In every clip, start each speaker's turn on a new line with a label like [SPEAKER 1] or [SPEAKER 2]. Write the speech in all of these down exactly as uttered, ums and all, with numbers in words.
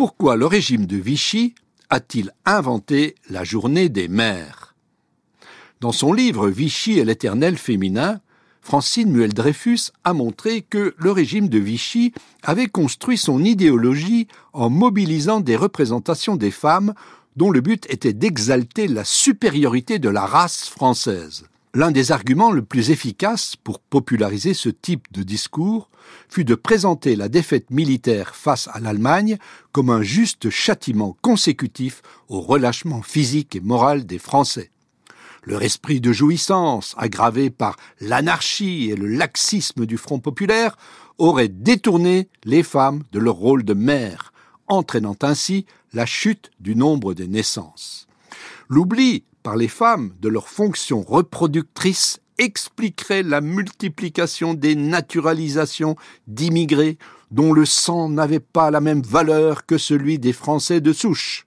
[SPEAKER 1] Pourquoi le régime de Vichy a-t-il inventé la journée des mères ? Dans son livre « Vichy et l'éternel féminin », Francine Muel-Dreyfus a montré que le régime de Vichy avait construit son idéologie en mobilisant des représentations des femmes dont le but était d'exalter la supériorité de la race française. L'un des arguments le plus efficaces pour populariser ce type de discours fut de présenter la défaite militaire face à l'Allemagne comme un juste châtiment consécutif au relâchement physique et moral des Français. Leur esprit de jouissance, aggravé par l'anarchie et le laxisme du Front populaire, aurait détourné les femmes de leur rôle de mère, entraînant ainsi la chute du nombre des naissances. L'oubli par les femmes de leur fonction reproductrice expliquerait la multiplication des naturalisations d'immigrés dont le sang n'avait pas la même valeur que celui des Français de souche.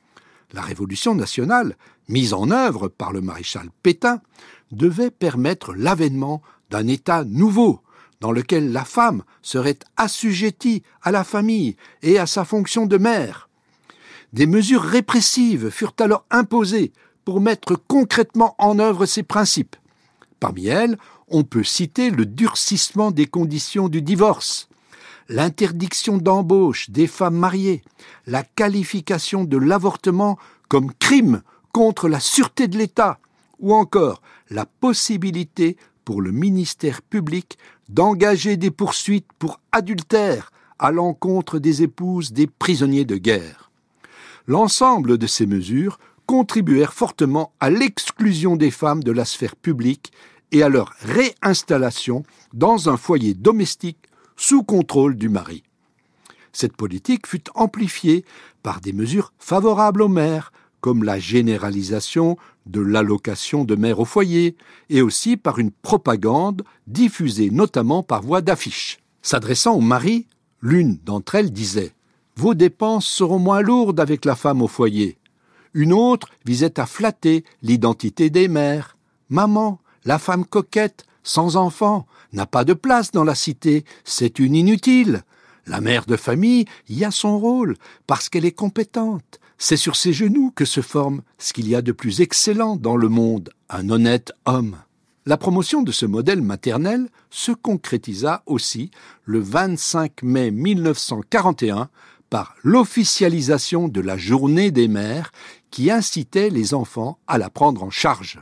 [SPEAKER 1] La Révolution nationale, mise en œuvre par le maréchal Pétain, devait permettre l'avènement d'un État nouveau, dans lequel la femme serait assujettie à la famille et à sa fonction de mère. Des mesures répressives furent alors imposées pour mettre concrètement en œuvre ces principes. Parmi elles, on peut citer le durcissement des conditions du divorce, l'interdiction d'embauche des femmes mariées, la qualification de l'avortement comme crime contre la sûreté de l'État, ou encore la possibilité pour le ministère public d'engager des poursuites pour adultère à l'encontre des épouses des prisonniers de guerre. L'ensemble de ces mesures contribuèrent fortement à l'exclusion des femmes de la sphère publique et à leur réinstallation dans un foyer domestique sous contrôle du mari. Cette politique fut amplifiée par des mesures favorables aux mères, comme la généralisation de l'allocation de mère au foyer, et aussi par une propagande diffusée notamment par voie d'affiches. S'adressant aux maris, l'une d'entre elles disait « Vos dépenses seront moins lourdes avec la femme au foyer ». Une autre visait à flatter l'identité des mères. « Maman, la femme coquette, sans enfant, n'a pas de place dans la cité, c'est une inutile. La mère de famille y a son rôle, parce qu'elle est compétente. C'est sur ses genoux que se forme ce qu'il y a de plus excellent dans le monde, un honnête homme. » La promotion de ce modèle maternel se concrétisa aussi le vingt-cinq mai mille neuf cent quarante et un par l'officialisation de la journée des mères qui incitait les enfants à la prendre en charge.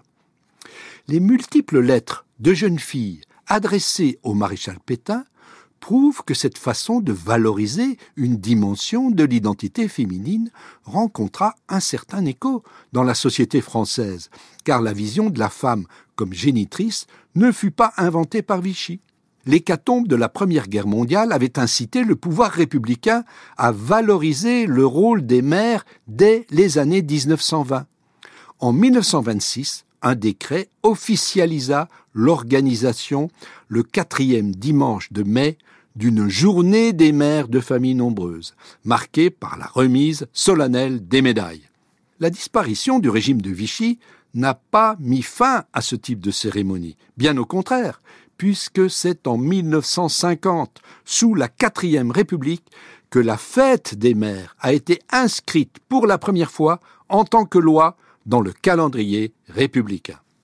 [SPEAKER 1] Les multiples lettres de jeunes filles adressées au maréchal Pétain prouvent que cette façon de valoriser une dimension de l'identité féminine rencontra un certain écho dans la société française, car la vision de la femme comme génitrice ne fut pas inventée par Vichy. L'hécatombe de la Première Guerre mondiale avait incité le pouvoir républicain à valoriser le rôle des mères dès les années dix-neuf cent vingt. En mille neuf cent vingt-six, un décret officialisa l'organisation, le quatrième dimanche de mai, d'une journée des mères de familles nombreuses, marquée par la remise solennelle des médailles. La disparition du régime de Vichy n'a pas mis fin à ce type de cérémonie, bien au contraire, puisque c'est en mille neuf cent cinquante, sous la quatrième République, que la fête des mères a été inscrite pour la première fois en tant que loi dans le calendrier républicain.